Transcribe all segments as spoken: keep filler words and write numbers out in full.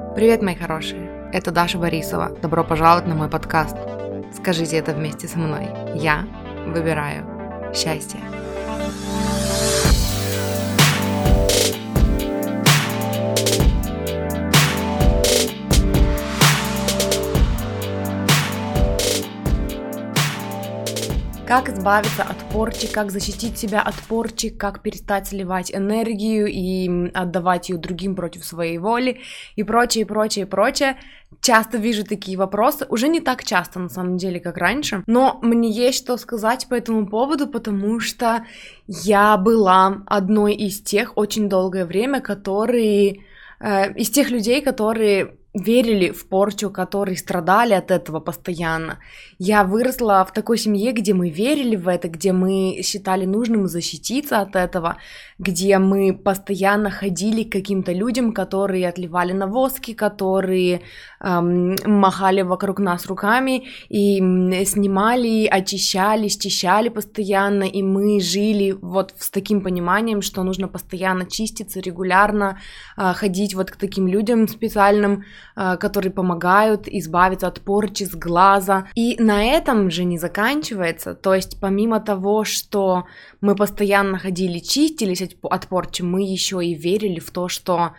Привет, мои хорошие! Это Даша Борисова. Добро пожаловать на мой подкаст. Скажите это вместе со мной. Я выбираю счастье. Как избавиться от порчи, как защитить себя от порчи, как перестать сливать энергию и отдавать ее другим против своей воли и прочее, прочее, прочее. Часто вижу такие вопросы, уже не так часто на самом деле, как раньше, но мне есть что сказать по этому поводу, потому что я была одной из тех очень долгое время, которые, э, из тех людей, которые верили в порчу, которые страдали от этого постоянно. Я выросла в такой семье, где мы верили в это, где мы считали нужным защититься от этого, где мы постоянно ходили к каким-то людям, которые отливали навозки, которые эм, махали вокруг нас руками и снимали, очищали, счищали постоянно, и мы жили вот с таким пониманием, что нужно постоянно чиститься, регулярно э, ходить вот к таким людям специальным, которые помогают избавиться от порчи с глаза. И на этом же не заканчивается. То есть помимо того, что мы постоянно ходили, чистились от порчи, мы еще и верили в то, что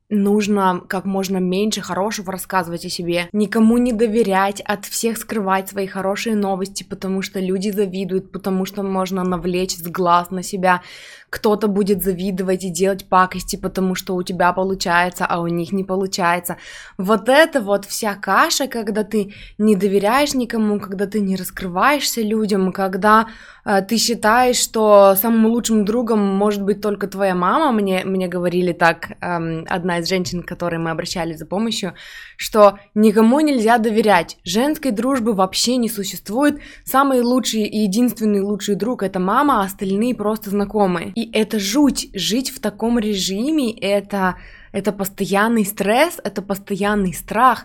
нужно как можно меньше хорошего рассказывать о себе, никому не доверять, от всех скрывать свои хорошие новости, потому что люди завидуют, потому что можно навлечь глаз на себя, кто-то будет завидовать и делать пакости, потому что у тебя получается, а у них не получается. Вот это вот вся каша, когда ты не доверяешь никому, когда ты не раскрываешься людям, когда э, ты считаешь, что самым лучшим другом может быть только твоя мама, мне, мне говорили так эм, одна из женщин, к которой мы обращались за помощью, что никому нельзя доверять, женской дружбы вообще не существует, самый лучший и единственный лучший друг — это мама, а остальные просто знакомые. И это жуть, жить в таком режиме, это, это постоянный стресс, это постоянный страх.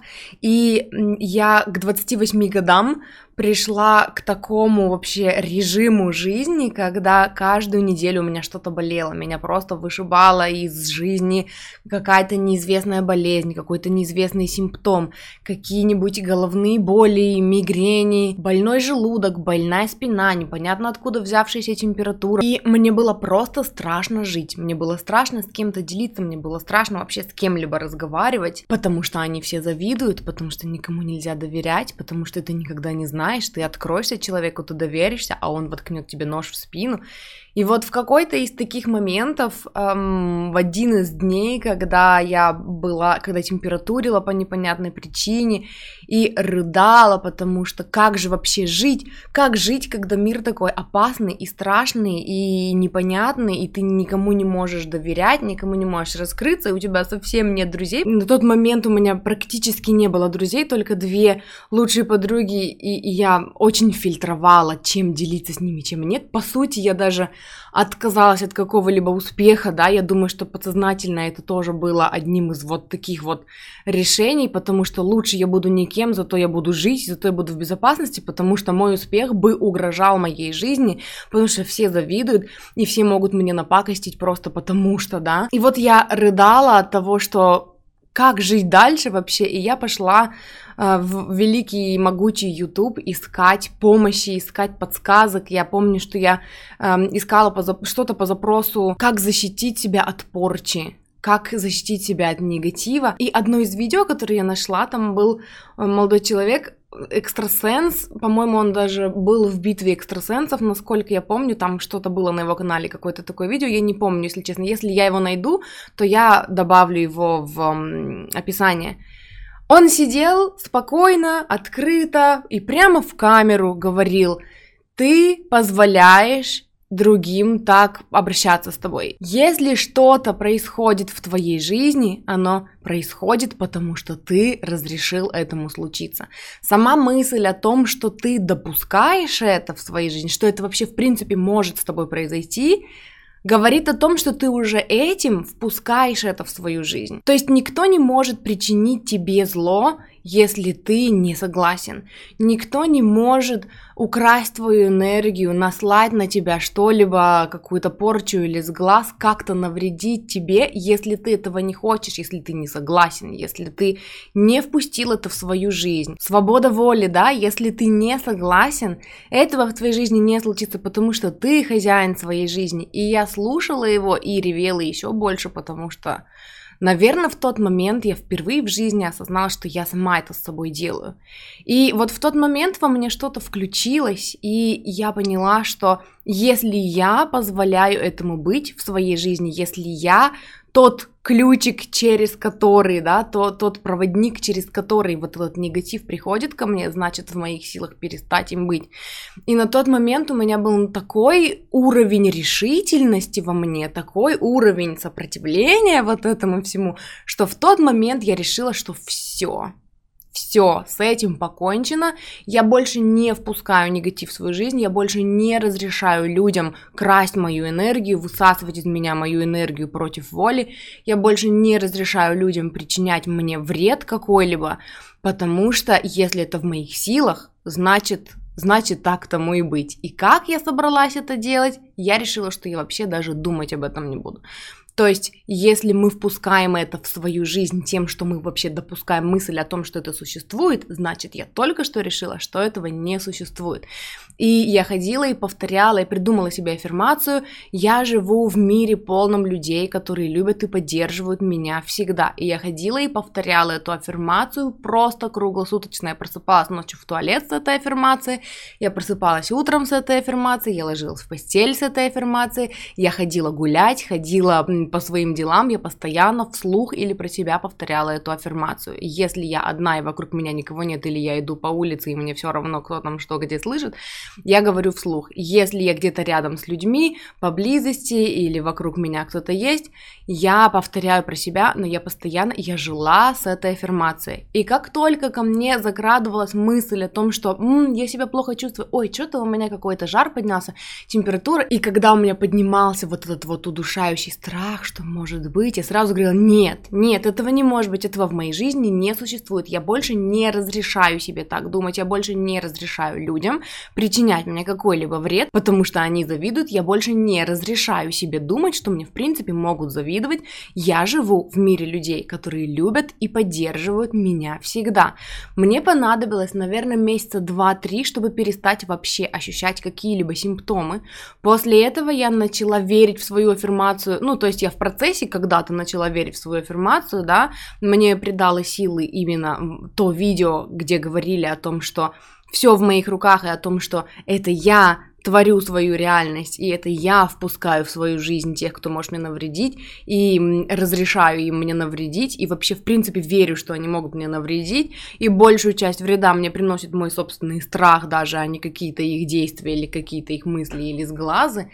И я к двадцати восьми годам пришла к такому вообще режиму жизни, когда каждую неделю у меня что-то болело, меня просто вышибало из жизни какая-то неизвестная болезнь, какой-то неизвестный симптом, какие-нибудь головные боли, мигрени, больной желудок, больная спина, непонятно откуда взявшаяся температура. И мне было просто страшно жить, мне было страшно с кем-то делиться, мне было страшно вообще с кем-либо разговаривать, потому что они все завидуют, потому что никому нельзя доверять, потому что ты никогда не знаешь, ты откроешься человеку, ты доверишься, а он воткнет тебе нож в спину. И вот в какой-то из таких моментов, эм, в один из дней, когда я была, когда температурила по непонятной причине и рыдала, потому что как же вообще жить, как жить, когда мир такой опасный и страшный и непонятный, и ты никому не можешь доверять, никому не можешь раскрыться, и у тебя совсем нет друзей. На тот момент у меня практически не было друзей, только две лучшие подруги, и, и я очень фильтровала, чем делиться с ними, чем нет. По сути, я даже отказалась от какого-либо успеха, да, я думаю, что подсознательно это тоже было одним из вот таких вот решений, потому что лучше я буду никем, зато я буду жить, зато я буду в безопасности, потому что мой успех бы угрожал моей жизни, потому что все завидуют, и все могут мне напакостить просто потому что, да. И вот я рыдала от того, что как жить дальше вообще, и я пошла э, в великий и могучий YouTube искать помощи, искать подсказок. Я помню, что я э, искала по зап- что-то по запросу «Как защитить себя от порчи», «Как защитить себя от негатива». И одно из видео, которое я нашла, там был молодой человек, экстрасенс, по-моему, он даже был в битве экстрасенсов, насколько я помню, там что-то было на его канале, какое-то такое видео, я не помню, если честно. Если я его найду, то я добавлю его в м, описание. Он сидел спокойно, открыто и прямо в камеру говорил: «Ты позволяешь другим так обращаться с тобой. Если что-то происходит в твоей жизни, оно происходит, потому что ты разрешил этому случиться». Сама мысль о том, что ты допускаешь это в своей жизни, что это вообще в принципе может с тобой произойти, говорит о том, что ты уже этим впускаешь это в свою жизнь. То есть никто не может причинить тебе зло, если ты не согласен. Никто не может украсть твою энергию, наслать на тебя что-либо, какую-то порчу или сглаз, как-то навредить тебе, если ты этого не хочешь, если ты не согласен, если ты не впустил это в свою жизнь. Свобода воли, да, если ты не согласен, этого в твоей жизни не случится, потому что ты хозяин своей жизни. И я слушала его и ревела еще больше, потому что, наверное, в тот момент я впервые в жизни осознала, что я сама это с собой делаю. И вот в тот момент во мне что-то включилось, и я поняла, что если я позволяю этому быть в своей жизни, если я тот ключик, через который, да, то, тот проводник, через который вот этот негатив приходит ко мне, значит, в моих силах перестать им быть. И на тот момент у меня был такой уровень решительности во мне, такой уровень сопротивления вот этому всему, что в тот момент я решила, что все. Все, с этим покончено, я больше не впускаю негатив в свою жизнь, я больше не разрешаю людям красть мою энергию, высасывать из меня мою энергию против воли, я больше не разрешаю людям причинять мне вред какой-либо, потому что если это в моих силах, значит... Значит, так тому и быть. И как я собралась это делать, я решила, что я вообще даже думать об этом не буду. То есть, если мы впускаем это в свою жизнь тем, что мы вообще допускаем мысль о том, что это существует, значит, я только что решила, что этого не существует. И я ходила и повторяла, и придумала себе аффирмацию: я живу в мире полном людей, которые любят и поддерживают меня всегда. И я ходила и повторяла эту аффирмацию просто круглосуточно. Я просыпалась ночью в туалет с этой аффирмацией, я просыпалась утром с этой аффирмацией, я ложилась в постель с этой аффирмацией, я ходила гулять, ходила по своим делам, я постоянно вслух или про себя повторяла эту аффирмацию. И если я одна и вокруг меня никого нет, или я иду по улице и мне все равно, кто там что где слышит, я говорю вслух. Если я где-то рядом с людьми, поблизости или вокруг меня кто-то есть, я повторяю про себя, но я постоянно, я жила с этой аффирмацией. И как только ко мне закрадывалась мысль о том, что м, я себя плохо чувствую, ой, что-то у меня какой-то жар поднялся, температура, и когда у меня поднимался вот этот вот удушающий страх, что может быть, я сразу говорила: нет, нет, этого не может быть, этого в моей жизни не существует, я больше не разрешаю себе так думать, я больше не разрешаю людям причинять мне какой-либо вред, потому что они завидуют, я больше не разрешаю себе думать, что мне в принципе могут завидовать, я живу в мире людей, которые любят и поддерживают меня всегда. Мне понадобилось, наверное, месяца два-три, чтобы перестать вообще ощущать какие-либо симптомы. После этого я начала верить в свою аффирмацию, ну, то есть я в процессе когда-то начала верить в свою аффирмацию, да, мне придало силы именно то видео, где говорили о том, что все в моих руках, и о том, что это я творю свою реальность, и это я впускаю в свою жизнь тех, кто может мне навредить, и разрешаю им мне навредить, и вообще, в принципе, верю, что они могут мне навредить, и большую часть вреда мне приносит мой собственный страх даже, а не какие-то их действия, или какие-то их мысли, или сглазы.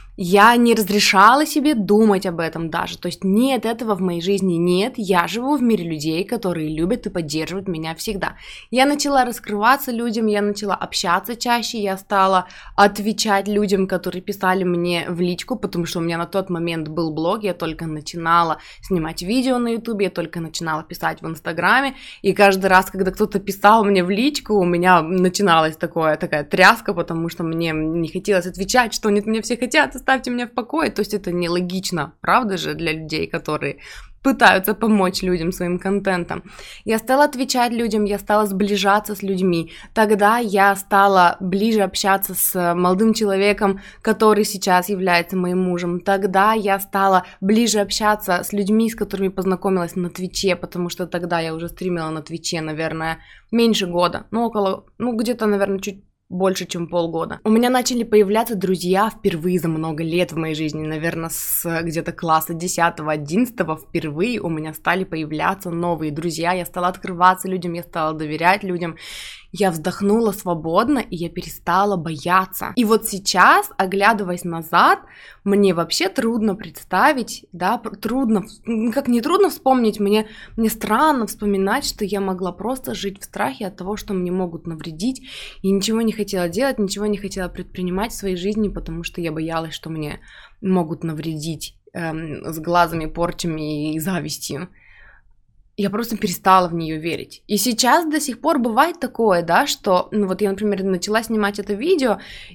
Я не разрешала себе думать об этом даже, то есть нет, этого в моей жизни нет, я живу в мире людей, которые любят и поддерживают меня всегда. Я начала раскрываться людям, я начала общаться чаще, я стала отвечать людям, которые писали мне в личку, потому что у меня на тот момент был блог, я только начинала снимать видео на ютубе, я только начинала писать в инстаграме, и каждый раз, когда кто-то писал мне в личку, у меня начиналась такое, такая тряска, потому что мне не хотелось отвечать, что нет, мне все хотят, оставьте меня в покое, то есть это нелогично, правда же, для людей, которые пытаются помочь людям своим контентом. Я стала отвечать людям, я стала сближаться с людьми. Тогда я стала ближе общаться с молодым человеком, который сейчас является моим мужем. Тогда я стала ближе общаться с людьми, с которыми познакомилась на Твиче, потому что тогда я уже стримила на Твиче, наверное, меньше года, ну около, ну где-то, наверное, чуть больше, чем полгода. У меня начали появляться друзья впервые за много лет в моей жизни, наверное, с где-то класса десятого-одиннадцатого впервые у меня стали появляться новые друзья, я стала открываться людям, я стала доверять людям, я вздохнула свободно, и я перестала бояться. И вот сейчас, оглядываясь назад, мне вообще трудно представить, да, трудно, как не трудно вспомнить, мне, мне странно вспоминать, что я могла просто жить в страхе от того, что мне могут навредить, и ничего не хотела делать, ничего не хотела предпринимать в своей жизни, потому что я боялась, что мне могут навредить эм, с глазами, порчами и завистью. я просто перестала в нее верить. И сейчас до сих пор бывает такое, да, что, ну вот я, например, начала снимать это видео,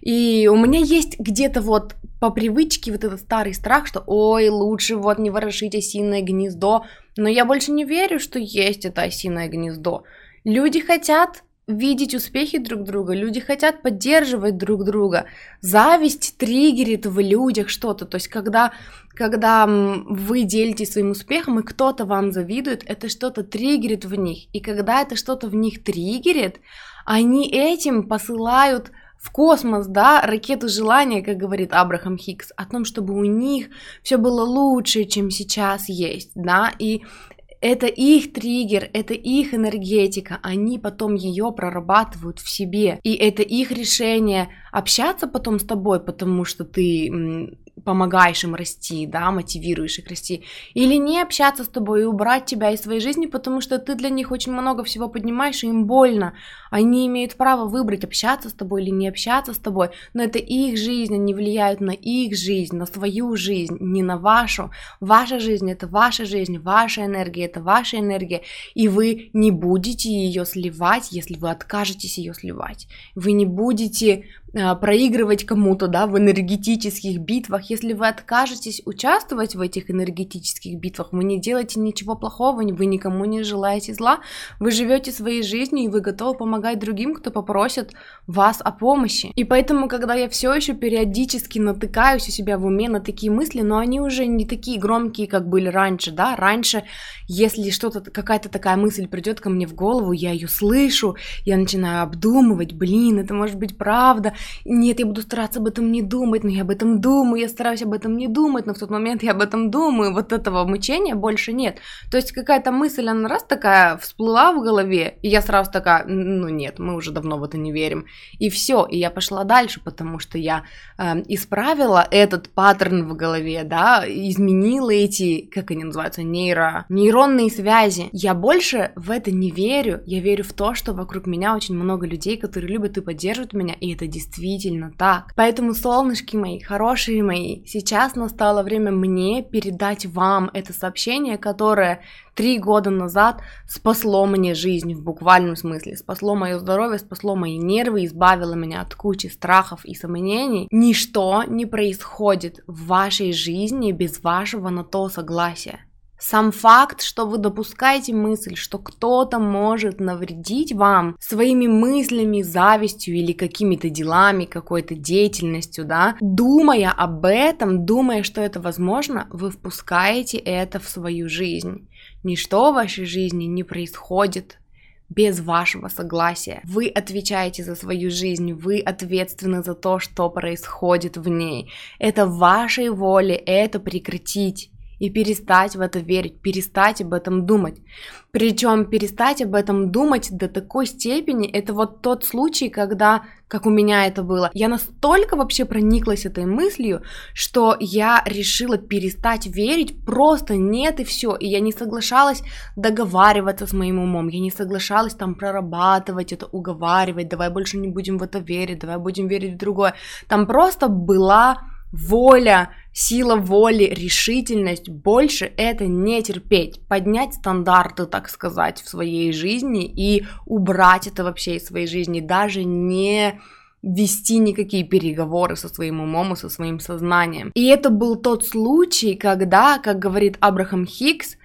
и у меня есть где-то вот по привычке вот этот старый страх, что ой, лучше вот не ворошить осиное гнездо, но я больше не верю, что есть это осиное гнездо. Люди хотят видеть успехи друг друга, люди хотят поддерживать друг друга. Зависть триггерит в людях что-то, то есть когда, когда вы делитесь своим успехом, и кто-то вам завидует, это что-то триггерит в них, и когда это что-то в них триггерит, они этим посылают в космос, да, ракету желания, как говорит Абрахам Хикс, о том, чтобы у них все было лучше, чем сейчас есть, да, и это их триггер, это их энергетика, они потом ее прорабатывают в себе, и это их решение общаться потом с тобой, потому что ты помогаешь им расти, да, мотивируешь их расти, или не общаться с тобой и убрать тебя из своей жизни, потому что ты для них очень много всего поднимаешь, и им больно. Они имеют право выбрать, общаться с тобой или не общаться с тобой, но это их жизнь, они влияют на их жизнь, на свою жизнь, не на вашу. Ваша жизнь — это ваша жизнь, ваша энергия — это ваша энергия, и вы не будете ее сливать, если вы откажетесь ее сливать. Вы не будете проигрывать кому-то, да, в энергетических битвах. Если вы откажетесь участвовать в этих энергетических битвах, вы не делаете ничего плохого, вы никому не желаете зла, вы живете своей жизнью, и вы готовы помогать другим, кто попросит вас о помощи. И поэтому, когда я все еще периодически натыкаюсь у себя в уме на такие мысли, но они уже не такие громкие, как были раньше, да, раньше, если что-то, какая-то такая мысль придет ко мне в голову, я ее слышу, я начинаю обдумывать, блин, это может быть правда, нет, я буду стараться об этом не думать, но я об этом думаю, я стараюсь об этом не думать, но в тот момент я об этом думаю, вот этого мучения больше нет. То есть какая-то мысль, она раз такая всплыла в голове, и я сразу такая, ну нет, мы уже давно в это не верим, и все, и я пошла дальше, потому что я э, исправила этот паттерн в голове, да, изменила эти, как они называются, нейро, нейронные связи. Я больше в это не верю, я верю в то, что вокруг меня очень много людей, которые любят и поддерживают меня, и это действительно Действительно так. Поэтому, солнышки мои, хорошие мои, сейчас настало время мне передать вам это сообщение, которое три года назад спасло мне жизнь в буквальном смысле, спасло мое здоровье, спасло мои нервы, избавило меня от кучи страхов и сомнений. Ничто не происходит в вашей жизни без вашего на то согласия. Сам факт, что вы допускаете мысль, что кто-то может навредить вам своими мыслями, завистью или какими-то делами, какой-то деятельностью, да, думая об этом, думая, что это возможно, вы впускаете это в свою жизнь. Ничто в вашей жизни не происходит без вашего согласия. Вы отвечаете за свою жизнь, вы ответственны за то, что происходит в ней. Это в вашей воле это прекратить. И перестать в это верить, перестать об этом думать. Причем перестать об этом думать до такой степени, это вот тот случай, когда, как у меня это было, я настолько вообще прониклась этой мыслью, что я решила перестать верить, просто нет и все. И я не соглашалась договариваться с моим умом, я не соглашалась там прорабатывать это, уговаривать, давай больше не будем в это верить, давай будем верить в другое. Там просто была воля, сила воли, решительность, больше это не терпеть, поднять стандарты, так сказать, в своей жизни и убрать это вообще из своей жизни, даже не вести никакие переговоры со своим умом и со своим сознанием. И это был тот случай, когда, как говорит Абрахам Хикс,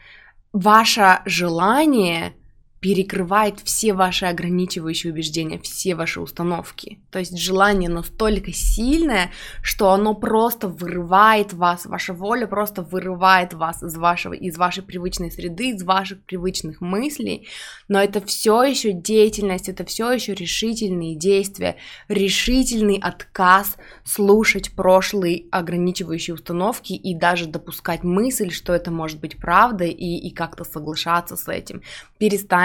ваше желание перекрывает все ваши ограничивающие убеждения, все ваши установки. То есть желание настолько сильное, что оно просто вырывает вас, ваша воля просто вырывает вас из, вашего, из вашей привычной среды, из ваших привычных мыслей, но это все еще деятельность, это все еще решительные действия, решительный отказ слушать прошлые ограничивающие установки и даже допускать мысль, что это может быть правдой, и, и как-то соглашаться с этим. Перестань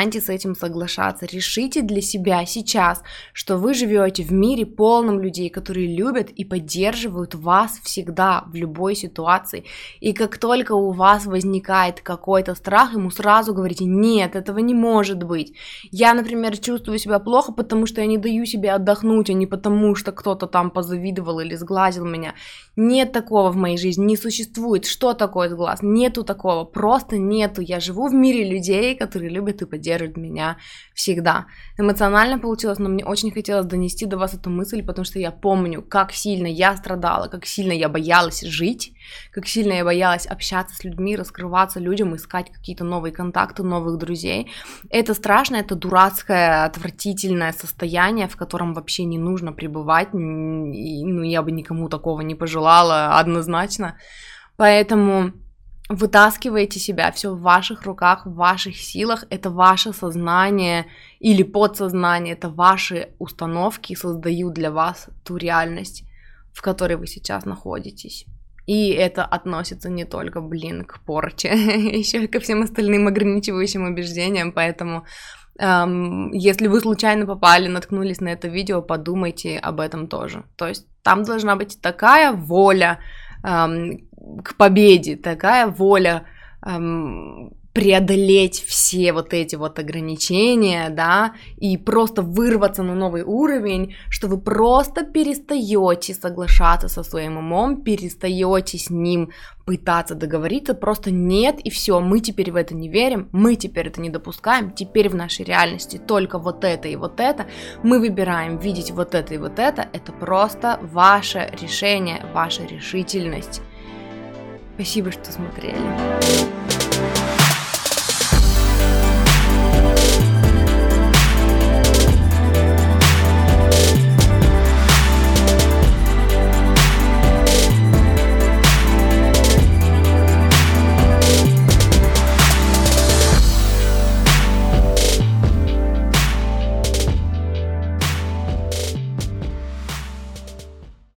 перестаньте с этим соглашаться, решите для себя сейчас, что вы живете в мире полном людей, которые любят и поддерживают вас всегда, в любой ситуации, и как только у вас возникает какой-то страх, ему сразу говорите: нет, этого не может быть. Я, например, чувствую себя плохо, потому что я не даю себе отдохнуть, а не потому что кто-то там позавидовал или сглазил меня. Нет такого в моей жизни, не существует. Что такое сглаз? Нету такого, просто нету. Я живу в мире людей, которые любят и поддерживают меня всегда. Эмоционально получилось, но мне очень хотелось донести до вас эту мысль, потому что я помню, как сильно я страдала, как сильно я боялась жить, как сильно я боялась общаться с людьми, раскрываться людям, искать какие-то новые контакты, новых друзей. Это страшно, это дурацкое, отвратительное состояние, в котором вообще не нужно пребывать, и, ну, я бы никому такого не пожелала однозначно. Поэтому вытаскивайте себя, все в ваших руках, в ваших силах, это ваше сознание или подсознание, это ваши установки создают для вас ту реальность, в которой вы сейчас находитесь. И это относится не только, блин, к порче, еще и ко всем остальным ограничивающим убеждениям, поэтому эм, если вы случайно попали, наткнулись на это видео, подумайте об этом тоже. То есть там должна быть такая воля эм, к победе, такая воля эм, преодолеть все вот эти вот ограничения, да, и просто вырваться на новый уровень, что вы просто перестаете соглашаться со своим умом, перестаете с ним пытаться договориться, просто нет, и все, мы теперь в это не верим, мы теперь это не допускаем, теперь в нашей реальности только вот это и вот это, мы выбираем видеть вот это и вот это, это просто ваше решение, ваша решительность. Спасибо, что смотрели.